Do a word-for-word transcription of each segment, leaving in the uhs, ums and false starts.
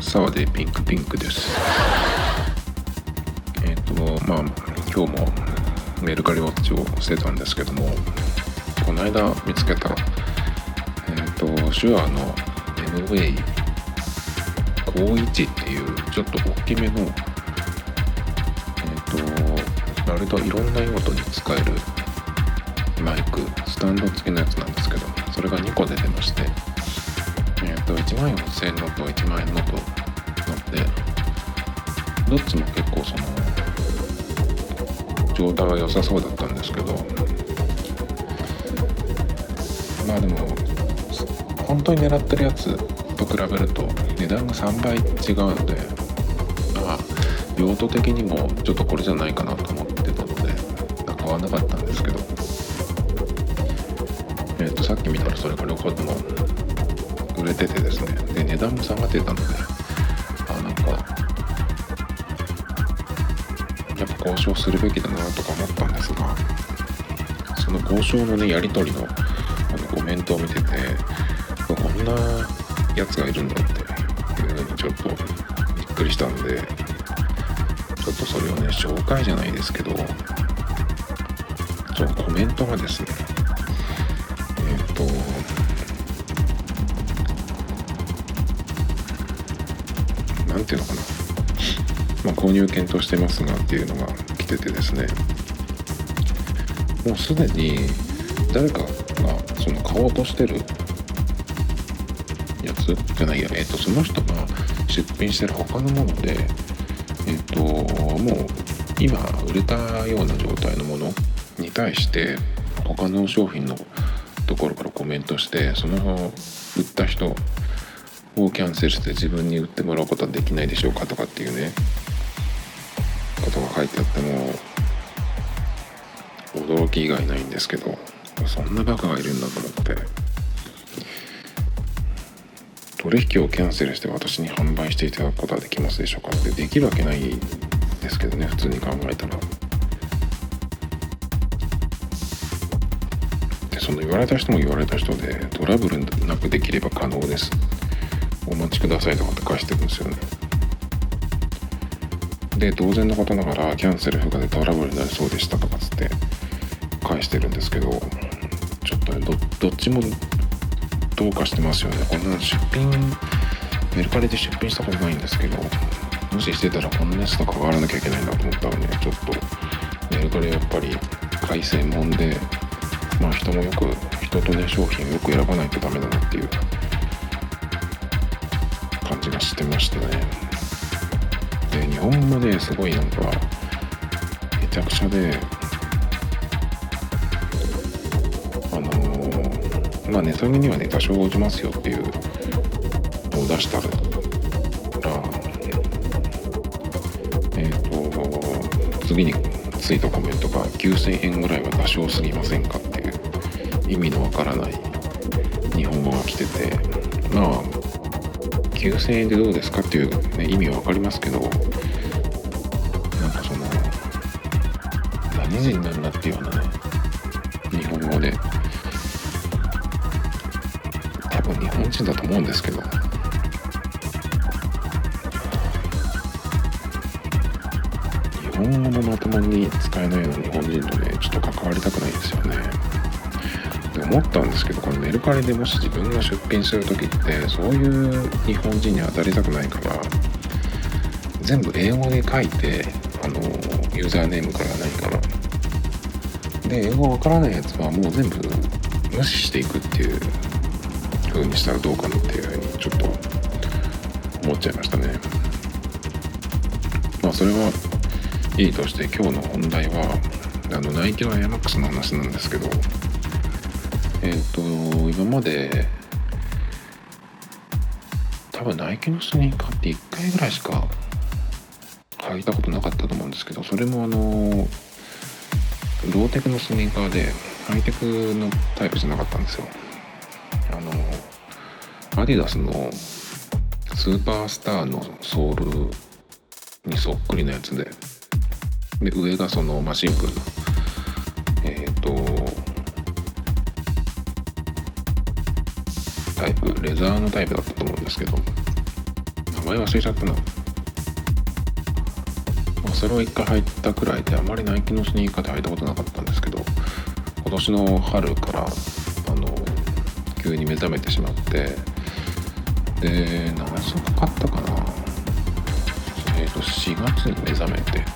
沢でピンクピンクです。えっ、とまあ今日もメルカリウォッチをしてたんですけども、この間見つけたえっ、と手話の エムウェイごじゅういちっていうちょっと大きめのえっ、と割といろんな用途に使えるマイクスタンド付きのやつなんですけど、それがにこで出まして、えっ、といちまんよんせんえんのといちまんえんのとなって、どっちも結構その状態は良さそうだったんですけど、まあでも本当に狙ってるやつと比べると値段がさんばい違うので、まあ用途的にもちょっとこれじゃないかなと思ってたので買わなかったんですけど、えっとさっき見たらそれが両方とも売れててですね、で値段も下がってたので、あなんかやっぱ交渉するべきだなとか思ったんですが、その交渉のねやり取りのあのコメントを見てて、こんなやつがいるんだっていうのにちょっとびっくりしたんで、ちょっとそれをね紹介じゃないですけど、ちょっとコメントがですね、えっとなんていうのかな、まあ、購入検討してますがっていうのが来ててですね、もうすでに誰かがその買おうとしてるやつじゃないや、えっとその人が出品してる他のもので、えっともう今売れたような状態のものに対して他の商品のところからコメントして、その売った人をキャンセルして自分に売ってもらうことはできないでしょうかとかっていうねことが書いてあって、も驚き以外ないんですけど、そんなバカがいるんだと思って、取引をキャンセルして私に販売していただくことはできますでしょうかってできるわけないですけどね、普通に考えたら。でその言われた人も言われた人で、トラブルなくできれば可能です、お待ちくださいとかって返してるんですよね。で当然のことながらキャンセル不可でトラブルになりそうでしたとかつって返してるんですけど、ちょっとね ど, どっちもどうかしてますよね。こんな出品メルカリで出品したことないんですけど、もししてたらこんなやつと関わらなきゃいけないなと思ったらね、ちょっとメルカリはやっぱり買い専門で、まあ人もよく人とね商品をよく選ばないとダメだなっていう感じがしてましてね。で日本語ですごいなんかめちゃくちゃで、あのー、まあ値下げにはね多少応じますよっていうのを出したら、えっと次についたコメントがきゅうせんえんぐらいは多少すぎませんかっていう意味のわからない日本語が来てて、まあきゅうせんえんでどうですかっていう、ね、意味はわかりますけど、なんかその何人なんだっていうようなね日本語で、多分日本人だと思うんですけど、日本語もまともに使えないような日本人とねちょっと関わりたくないですよね。で思ったんですけど、このメルカリでもし自分が出品する時ってそういう日本人に当たりたくないから、全部英語で書いて、あのユーザーネームから何からで、英語わからないやつはもう全部無視していくっていう風にしたらどうかなっていう風にちょっと思っちゃいましたね。まあそれはいいとして、今日の本題はあのナイキのエアマックスの話なんですけど、えっと今まで多分ナイキのスニーカーっていっかいぐらいしか履いたことなかったと思うんですけど、それもあのローテクのスニーカーでハイテクのタイプじゃなかったんですよ。あのアディダスのスーパースターのソールにそっくりなやつで、で上がそのまあシンプルなえっとタイプレザーのタイプだったと思うんですけど、 前忘れちゃったな。まあ、それは一回履いたくらいで、あまりナイキのスニーカーで履いたことなかったんですけど、今年の春からあの急に目覚めてしまって、で何足買ったかな、えっとしがつに目覚めて、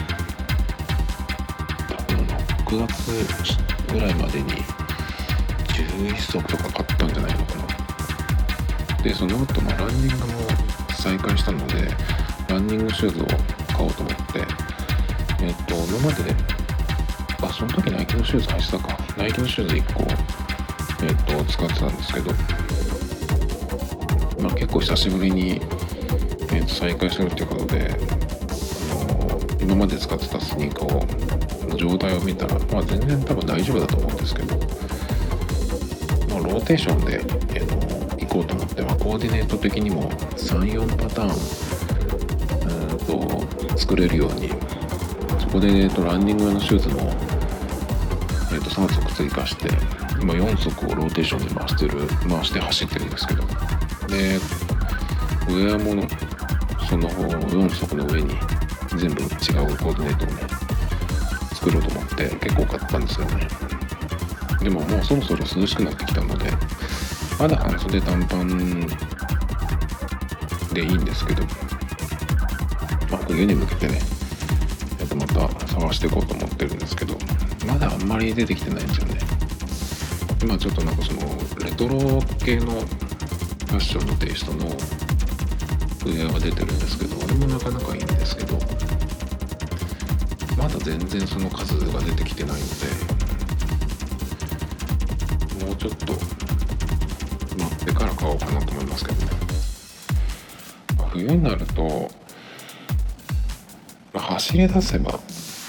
多分ろくがつぐらいまでにじゅういっそくとか買ったんじゃないのかな。でその後、まあ、ランニングも再開したので、ランニングシューズを買おうと思って、えっと今まで、あその時ナイキのシューズ履いてたか、ナイキのシューズいっこ、えっと使ってたんですけど、まあ、結構久しぶりに、えー、と再開するっていうことで、あのー、今まで使ってたスニーカーをの状態を見たら、まあ、全然多分大丈夫だと思うんですけど、まあ、ローテーションで、えー、の行こうと思っては、コーディネート的にも さん,よん パターンうーんと作れるように、そこで、えー、とランニング用のシューズも、えー、とさん足追加して、今よん足をローテーションで回してる回して走ってるんですけど、でウェアものそのよん足の上に全部違うコーディネートをね作ろうと思って結構買ったんですよね。でももうそろそろ涼しくなってきたので、まだ半袖短パンでいいんですけど、まあ、冬に向けてね、えっとまた探していこうと思ってるんですけど、まだあんまり出てきてないんですよね。今ちょっとなんかそのレトロ系のファッションのテイストのウェアが出てるんですけど、あれもなかなかいいんですけど、まだ全然その数が出てきてないので、もうちょっと待ってから買おうかなと思いますけどね。冬になると、まあ、走り出せば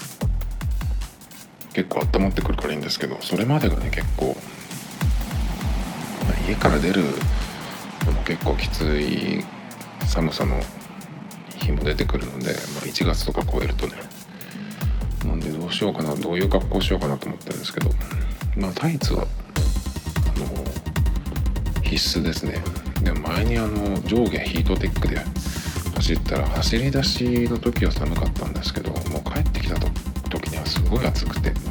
結構温まってくるからいいんですけど、それまでがね結構、まあ、家から出るのも結構きつい寒さの日も出てくるので、まあ、いちがつとか超えるとね、なんでどうしようかな、どういう格好しようかなと思ってるんですけど、まあタイツはあの必須ですね。でも前にあの上下ヒートテックで走ったら、走り出しの時は寒かったんですけど、もう帰ってきた時にはすごい暑くて、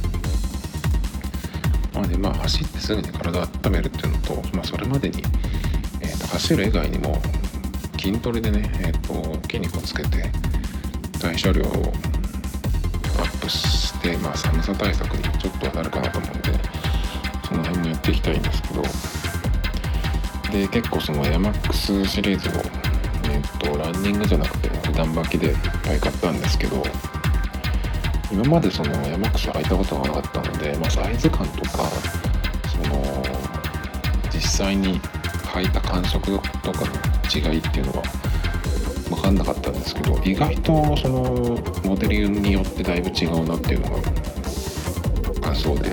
まあね、まあ走ってすぐに体を温めるっていうのと、まあ、それまでに、えーと走る以外にも筋トレでね、えーと筋肉をつけて代謝量をアップして、まあ、寒さ対策にちょっとはなるかなと思うんで、その辺もやっていきたいんですけど、で結構そのエアマックスシリーズを、えーとランニングじゃなくて普段履きでいっぱい買ったんですけど、今までそのエアマックス履いたことがなかったので、まあ、サイズ感とかその実際に履いた感触とかの違いっていうのは分かんなかったんですけど、意外とそのモデルによってだいぶ違うなっていうのが感想で、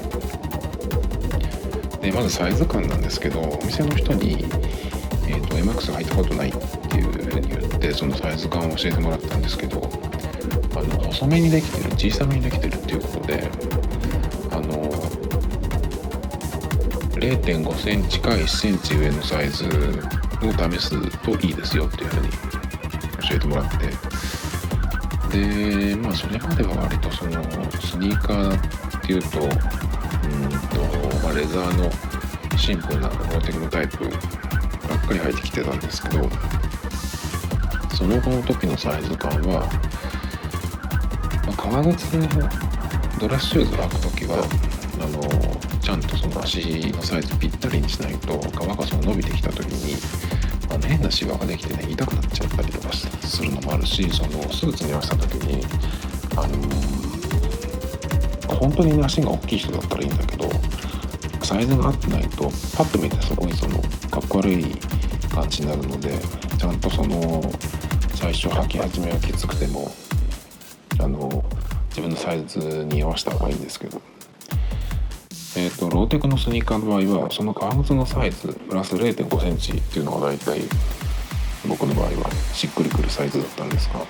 でまずサイズ感なんですけど、お店の人に、えー、とエアマックス履いたことないっていうふうに言って、そのサイズ感を教えてもらったんですけど、あの細めにできてる、小さめにできてるっていうことで、あの れいてんごセンチかいっセンチ上のサイズを試すといいですよっていうふうに教えてもらって、でまあそれまでは割とそのスニーカーっていうと、うんと、まあ、レザーのシンプルなローテクのタイプばっかり履いてきてたんですけど、その後の時のサイズ感は、まあ、革靴のドレスシューズを履くときはあのちゃんとその足のサイズぴったりにしないと、革がその伸びてきたときにあの変なシワができてね、痛くなっちゃったりとかするのもあるし、そのスーツに合わせたときにあの本当に足が大きい人だったらいいんだけど、サイズが合ってないとパッと見てすごいそのかっこ悪い感じになるので、ちゃんとその最初履き始めはきつくてもあの自分のサイズに合わせた方がいいんですけど、えーと、ローテクのスニーカーの場合はその革靴のサイズプラス れいてんごセンチっていうのが大体僕の場合はしっくりくるサイズだったんですが、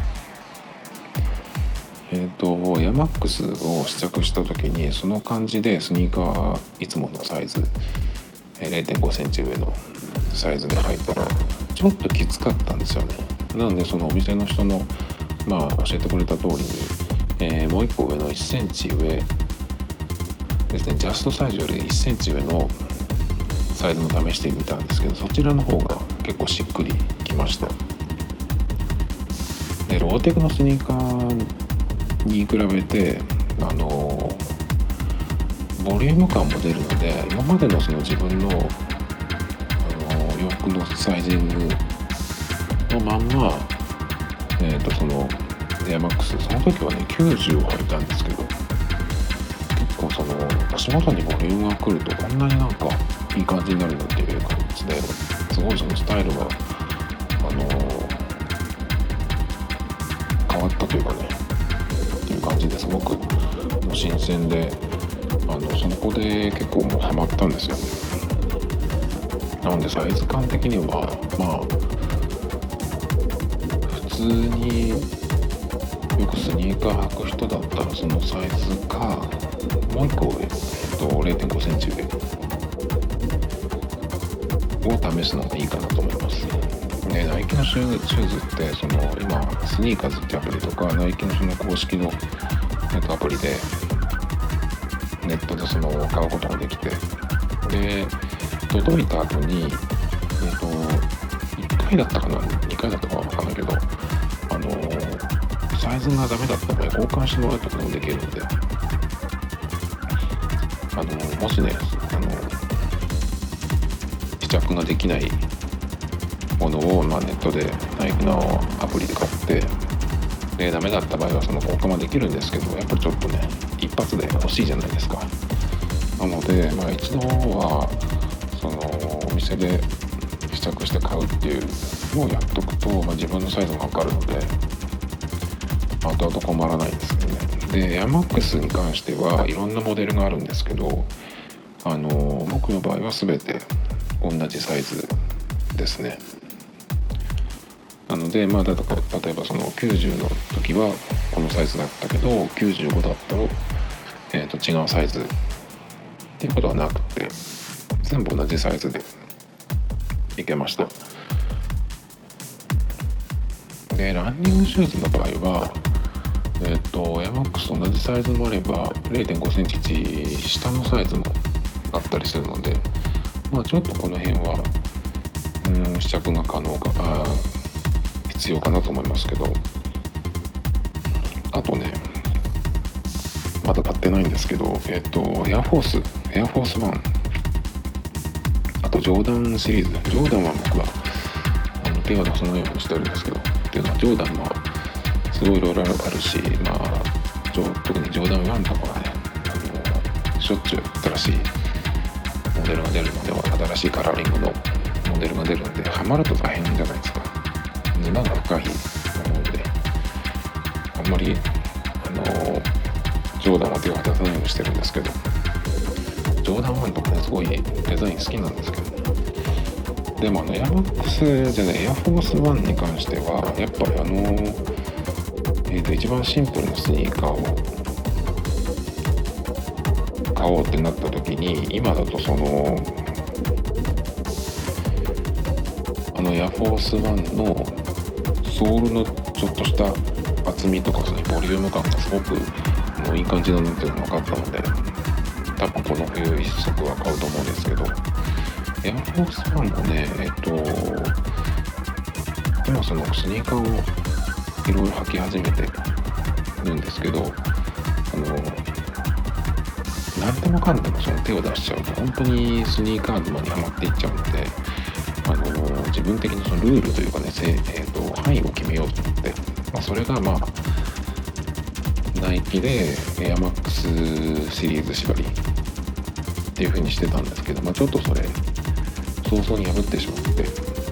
えーとエアマックスを試着した時にその感じでスニーカーいつものサイズ れいてんごセンチ上のサイズで履いたらちょっときつかったんですよね。なのでそのお店の人のまあ教えてくれた通りに、えー、もう一個上のいっセンチ上ですね、ジャストサイズよりいっセンチ上のサイズも試してみたんですけど、そちらの方が結構しっくりきました。でローテクのスニーカーに比べてあのボリューム感も出るので、今までのその自分の、あの洋服のサイジングのまんま、えーとそのエアマックス、その時はねきゅうじゅうを履いたんですけど、結構その足元にボリュームが来るとこんなになんかいい感じになるのっていう感じで、すごいそのスタイルがあの変わったというかねっていう感じですごくもう新鮮で、あのそこで結構もうハマったんですよ。なのでサイズ感的にはまあ普通によくスニーカー履く人だったらそのサイズかもう一個上、えっと れいてんごセンチ上を試すのがいいかなと思います。でナイキのシューズ、シューズってその今スニーカーズってアプリとかナイキのその公式のネットアプリでネットでその買うことができて、で届いた後にえっといっかいだったかなにかいだったかは分かんないけど、あのサイズがダメだった場合交換してもらうこともできるので、あのもしねあの試着ができないものを、まあ、ネットでナイキのアプリで買ってでダメだった場合はその交換はできるんですけど、やっぱりちょっとね一発で欲しいじゃないですか。なので、まあ、一度はそのお店で試着して買うっていうのをやっとくと、まあ、自分のサイズが分かるので後々困らないんですよね。でエアマックスに関してはいろんなモデルがあるんですけど、あの僕の場合は全て同じサイズですね。なので、まあ、だから例えばそのきゅうじゅうの時はこのサイズだったけどきゅうじゅうごだったら、えー、と違うサイズっていうことはなくて全部同じサイズでいけました。でランニングシューズの場合はえっ、ー、とエアマックスと同じサイズもあれば れいてんごセンチ下のサイズもあったりするので、まあ、ちょっとこの辺はうん試着が可能かあ必要かなと思いますけど、あとねまだ買ってないんですけど、えっ、ー、とエアフォースエアフォースワン、あとジョーダンシリーズ、ジョーダンは僕はあの手を出さないようにしてるんですけど、っていうのはジョーダンはすごいいろいろあるし、まあ特にジョーダンワンとかはねあのしょっちゅう新しいモデルが出るのでは新しいカラーリングのモデルが出るのでハマると大変じゃないですか。沼が深いと思うのであんまりあのジョーダンは手を出さないようにしてるんですけど、ジョーダンワンとかねすごいデザイン好きなんですけど、でもあのエアマックスじゃないエアフォースワンに関してはやっぱりあの、えー、と一番シンプルなスニーカーを買おうってなった時に今だとそのあのエアフォースワンのソールのちょっとした厚みとかそのボリューム感がすごくもういい感じだなっていうのが分かったので、多分この冬一足は買うと思うんですけど、エアフォースワンもねえっと今そのスニーカーをいろいろ履き始めてるんですけど、あの何でもかんでもその手を出しちゃうと本当にスニーカー沼にはまっていっちゃうので、あの自分的にそのルールというかね、えー、と範囲を決めようと思って、まあ、それがまあナイキでエアマックスシリーズ縛りっていう風にしてたんですけど、まあ、ちょっとそれ早々に破ってしまって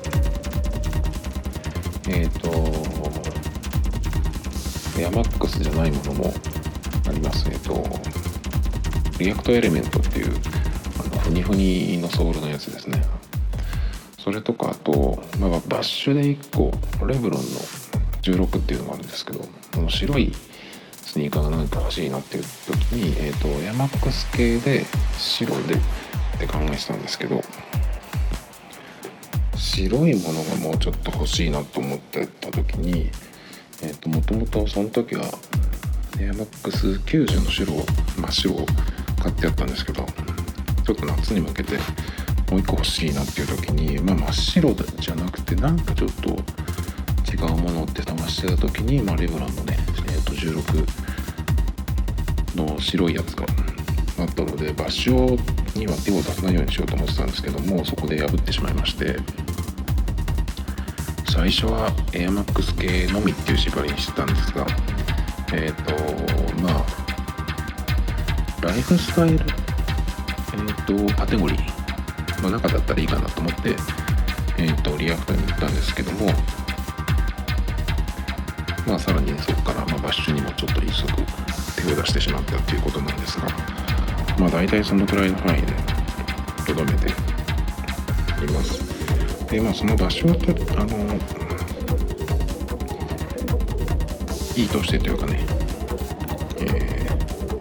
えっ、ー、とエアマックスじゃないものもあります。えっ、ー、とリアクトエレメントっていうあのフニフニのソールのやつですね。それとかあと、まあ、バッシュでいっこレブロンのじゅうろくっていうのがあるんですけど、この白いスニーカーが何か欲しいなっていう時に、えーと、エアマックス系で白でって考えてたんですけど、 白いものがもうちょっと欲しいなと思ってた時に、えーと、もともとその時はエアマックスきゅうじゅうの白を真っ白を買ってあったんですけど、ちょっと夏に向けてもう一個欲しいなっていう時に、まあ、真っ白じゃなくてなんかちょっと違うものって探してた時に、まあ、レブランのね、えーとじゅうろくの白いやつがあったので、バッシュには手を出さないようにしようと思ってたんですけども、そこで破ってしまいまして、最初はエアマックス系のみっていう縛りにしてたんですが、えっ、ー、とまあライフスタイル、えー、とカテゴリーの中だったらいいかなと思って、えー、とリアクトに行ったんですけども、まあさらにそこから、まあ、バッシュにもちょっと一足手を出してしまったっていうことなんですが、まあ大体そのくらいの範囲でとどめています。でまあその場所をとあのいいとしてというかね、え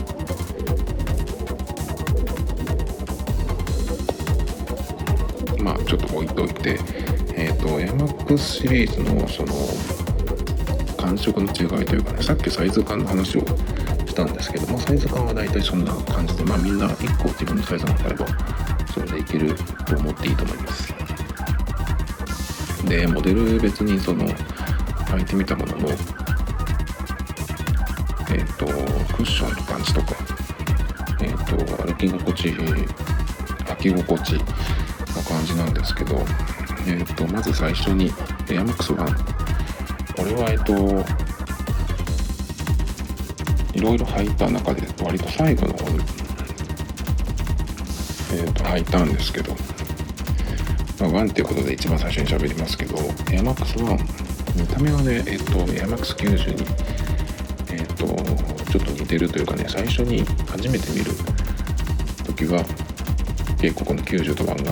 ー、まあちょっと置いといて、えっ、ー、とエアマックスシリーズのその感触の違いというかね、さっきサイズ感の話をしたんですけども、サイズ感は大体そんな感じで、まあみんないっこ自分のサイズがあればそれでいけると思っていいと思います。でモデル別にその履いてみたものの、えっ、ー、とクッションの感じとか、えっ、ー、と歩き心地履き心地な感じなんですけど、えっ、ー、とまず最初にエアマックスワン、これはえっといろいろ履いた中で割と最後の方に、えー、と履いたんですけど、まあ、ワンっていうことで一番最初に喋りますけど、エアマックスワン見た目はね、えっ、ー、とエアマックスきゅうじゅうに、えっ、ー、とちょっと似てるというかね、最初に初めて見る時は結構このきゅうじゅうとワンが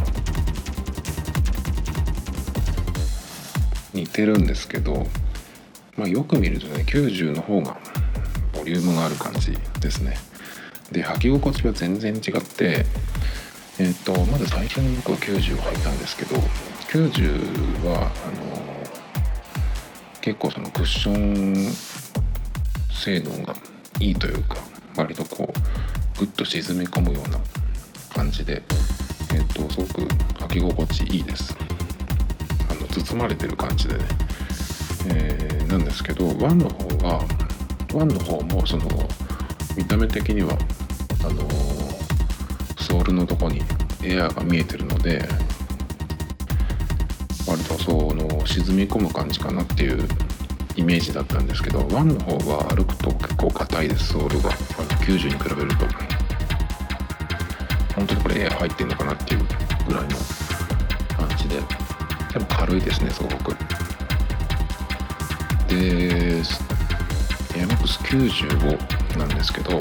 似てるんですけど、まあ、よく見るとねきゅうじゅうの方がボリュームがある感じですね。で履き心地は全然違って、えー、とまず最初に僕はきゅうじゅうを履いたんですけど、きゅうじゅうはあの結構そのクッション性能がいいというか、割とこうグッと沈み込むような感じで、えー、とすごく履き心地いいです。あの包まれてる感じでね、えー、なんですけど、ワンの方がワンの方もその見た目的にはあのソールのとこにエアが見えてるので、割とその沈み込む感じかなっていうイメージだったんですけど、ワンの方は歩くと結構硬いです。ソールがきゅうじゅうに比べると本当にこれエア入ってんのかなっていうぐらいの感じで、でも軽いですねすごく。でエアマックスきゅうじゅうごなんですけど、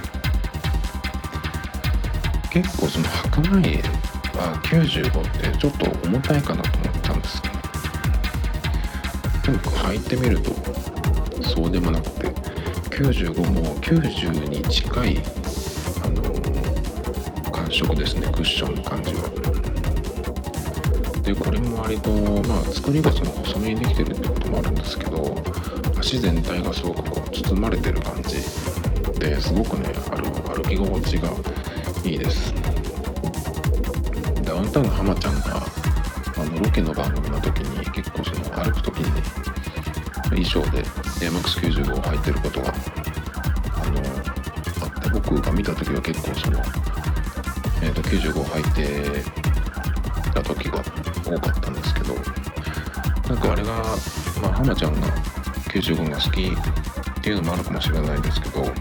結構その履く前はきゅうじゅうごってちょっと重たいかなと思ったんです。でも履いてみるとそうでもなくて、きゅうじゅうごもきゅうじゅうに近いあの感触ですね、クッションの感じは。でこれも割とまあ作りがその細めにできてるってこともあるんですけど、足全体がすごくこう包まれてる感じですごくね歩歩き心地がいいです。ダウンタウンの浜ちゃんがあのロケの番組の時に結構その歩く時にね衣装でエアマックスきゅうじゅうごを履いてることがあのあって、僕が見た時は結構その、えー、ときゅうじゅうごを履いてた時が多かったんですけど、なんかあれがまあ浜ちゃんがきゅうじゅうごが好きっていうのもあるかもしれないんですけど、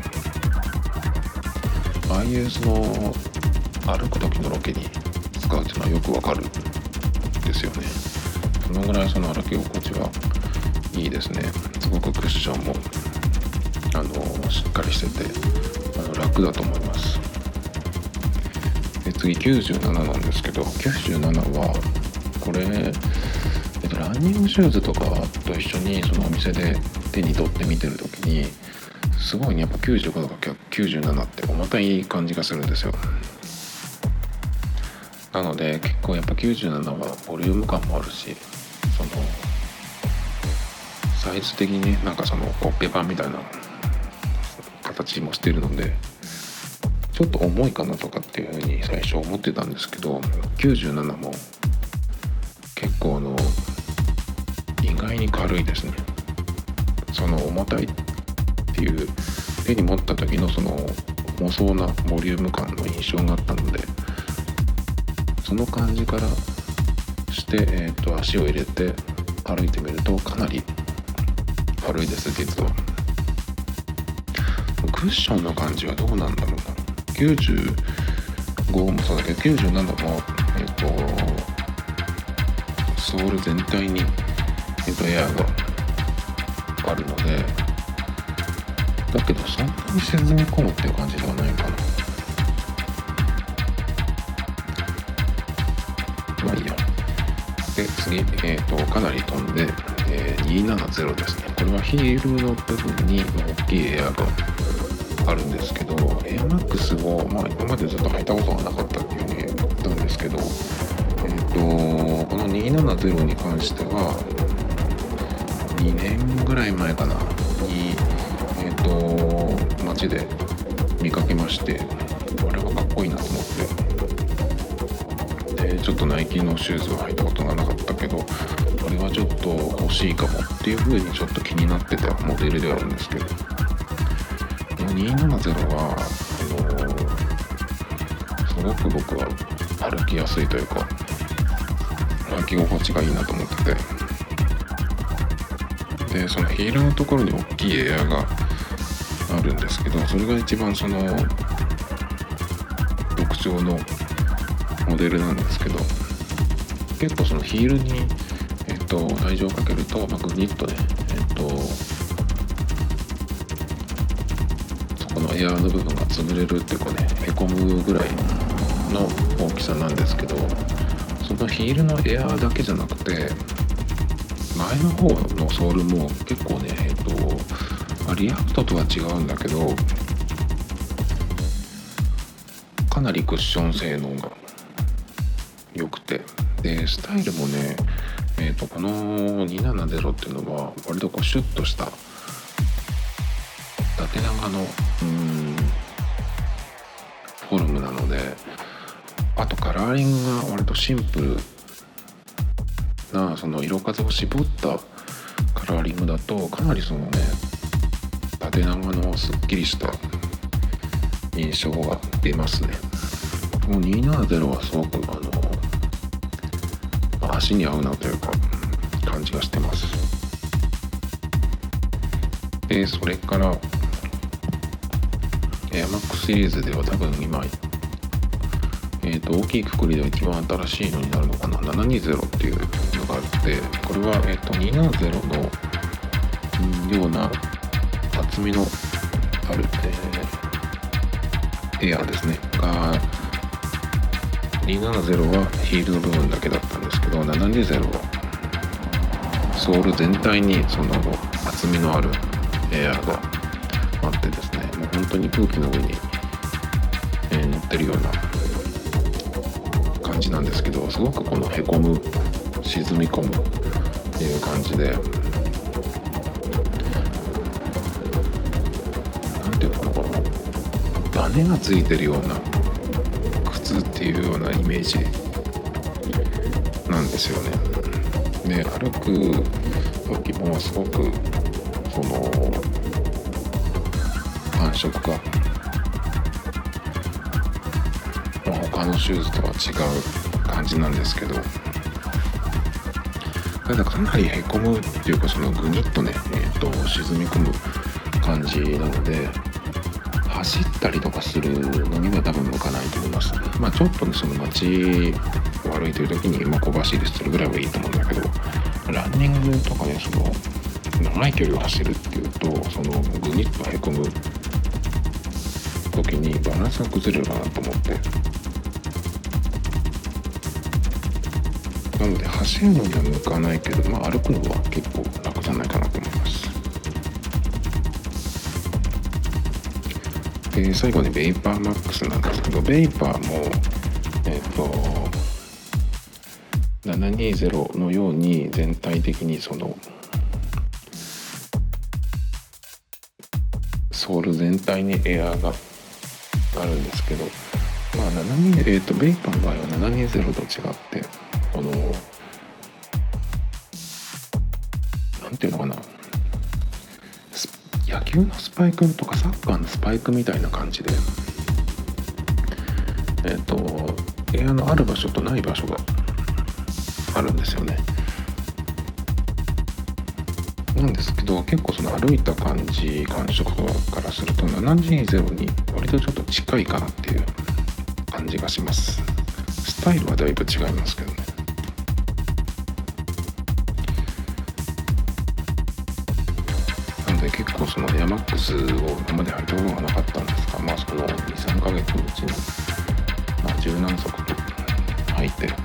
ああいうその歩く時のロケに使うっていうのはよくわかるんですよね。そのぐらいその歩き心地はいいですね。すごくクッションもあのしっかりしててあの楽だと思います。で次きゅうじゅうなななんですけど、きゅうじゅうななはこれ、えっと、ランニングシューズとかと一緒にそのお店で手に取って見てる時にすごいねやっぱきゅうじゅうごとかきゅうじゅうななって重たい感じがするんですよ。 なので結構やっぱきゅうじゅうななはボリューム感もあるし、そのサイズ的にね、なんかそのコッペパンみたいな形もしてるのでちょっと重いかなとかっていうふうに最初思ってたんですけど、きゅうじゅうななも結構あの意外に軽いですね。その重たいっていう手に持った時のその重そうなボリューム感の印象があったので、その感じからして、えー、と足を入れて歩いてみるとかなり軽いです実は。クッションの感じはどうなんだろうな。きゅうじゅうごもそうだけどきゅうじゅうななもえっ、ー、とソール全体に、えー、とエアがあるので、だけどそんなに沈み込むっていう感じではないかな。まあいいや。で次、えー、とかなり飛んで、えー、にひゃくななじゅうですね。これはヒールの部分に大きいエアがあるんですけど、エアマックスを、まあ、今までずっと履いたことがなかったっていうふうに言ったんですけど、えー、とこのにひゃくななじゅうに関してはにねんぐらい前かなに、えー、と街で見かけまして、あれはかっこいいなと思って、でちょっとナイキのシューズは履いたことがなかったけど、これはちょっと欲しいかもっていう風にちょっと気になってたモデルではあるんですけど、このにひゃくななじゅうはあのー、すごく僕は歩きやすいというか履き心地がいいなと思ってて、でそのヒールのところに大きいエアがあるんですけど、それが一番その特徴のモデルなんですけど、結構そのヒールに、えっと、体重をかけると、まあ、グニッとね、えっと、そこのエアの部分が潰れるっていうかね、へこむぐらいの大きさなんですけど、そのヒールのエアだけじゃなくて前の方のソールも結構ね、えっとリアクトとは違うんだけどかなりクッション性能が良くて、でスタイルもね、えっとこのにひゃくななじゅうっていうのは割とこうシュッとした縦長のうーんフォルムなので、あとカラーリングが割とシンプルなその色数を絞ったカラーリングだとかなりそのね縦長のすっきりした印象が出ますね。もうにひゃくななじゅうはすごくあの足に合うなというか感じがしてます。でそれからエアマックスシリーズでは多分今えー、と大きいくくりでは一番新しいのになるのかな、ななひゃくにじゅうっていうのがあって、これは、えー、とにひゃくななじゅうのような厚みのある、えー、エアですねがにひゃくななじゅうはヒールの部分だけだったんですけど、ななひゃくにじゅうはソール全体にその厚みのあるエアがあってですね、もう本当に空気の上に、えー、乗ってるような感じなんですけど、すごくこのへこむ沈み込むっていう感じで、なんていうのかな、このバネがついてるような靴っていうようなイメージなんですよね。で歩く時もすごくその感触が他のシューズとは違う感じなんですけど、ただかなりへこむっていうか、そのグニッとね、えー、と沈み込む感じなので走ったりとかするのには多分向かないと思います。まあちょっとねその街を歩いてる時に、まあ、小走りするぐらいはいいと思うんだけど、ランニングとかねその長い距離を走るっていうとそのグニッとへこむ時にバランスが崩れるかなと思って、なので走るのには向かないけど、まあ、歩くのは結構楽じゃないかなと思います。で最後にベイパーマックスなんですけど、ベイパーもえっ、ー、とななにーぜろのように全体的にそのソール全体にエアーがあるんですけど、まあななにえーとベイパーの場合はななにーぜろと違ってこのなんていうのかな、野球のスパイクとかサッカーのスパイクみたいな感じで、えっとエアのある場所とない場所があるんですよね。なんですけど結構その歩いた感じ感触からするとななにーぜろに割とちょっと近いかなっていう感じがします。スタイルはだいぶ違いますけどね。なので結構そのエアマックスを今まで履いたことがなかったんですが、まあそのにさんかげつのうちにまあ十何足と履いて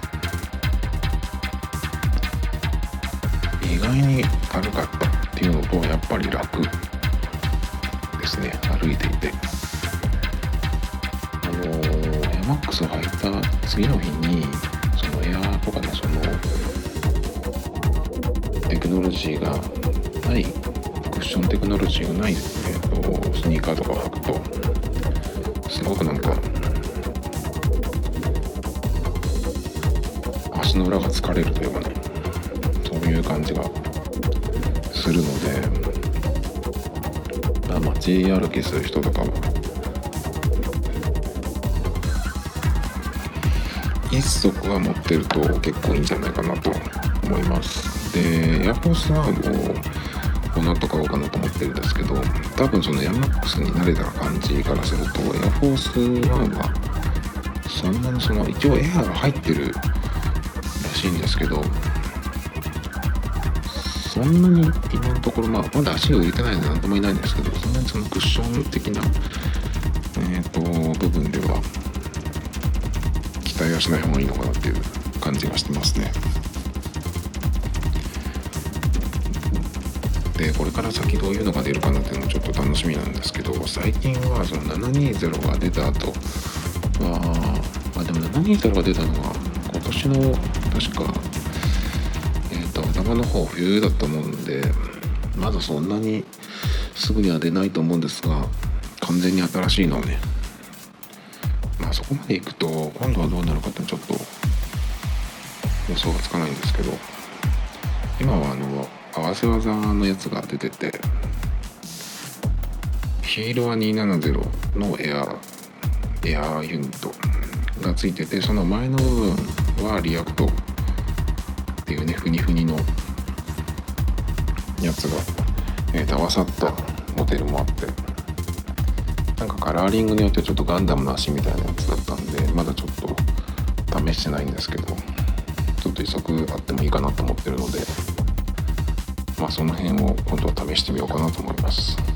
意外に軽かったっていうのと、やっぱり楽ですね、歩いていて。あのー、エアマックスを履いた次の日にそのエアーとかね、そのテクノロジーがないクッションテクノロジーがない、えーと、スニーカーとかを履くとすごくなんか足の裏が疲れるというかね、そういう感じがするので、まあ、街歩きする人とかは一足は持ってると結構いいんじゃないかなと思います。でエアフォースワンをこの後買おうかなと思ってるんですけど、多分そのエアマックスに慣れた感じからするとエアフォースワンはそんなにその一応エアーが入ってるらしいんですけど、そんなに今のところ、まあ、まだ足を入れてないので何とも言えないんですけど、そんなにそのクッション的な、えー、と部分では期待はしない方がいいのかなっていう感じがしてますね。でこれから先どういうのが出るかなっていうのもちょっと楽しみなんですけど、最近はそのななにーぜろが出た後は、まあでもななにーぜろが出たのは今年の確か頭の方冬だと思うんで、まだそんなにすぐには出ないと思うんですが、完全に新しいのをね、まあそこまでいくと今度はどうなるかってちょっと予想がつかないんですけど、今はあの合わせ技のやつが出てて、ヒールはにひゃくななじゅうのエアエアユニットがついてて、その前の部分はリアクトっていうね、ふにふにのやつが、えー、と合わさったモデルもあって、なんかカラーリングによってちょっとガンダムの足みたいなやつだったんで、まだちょっと試してないんですけど、ちょっと一足あってもいいかなと思ってるので、まあその辺を今度は試してみようかなと思います。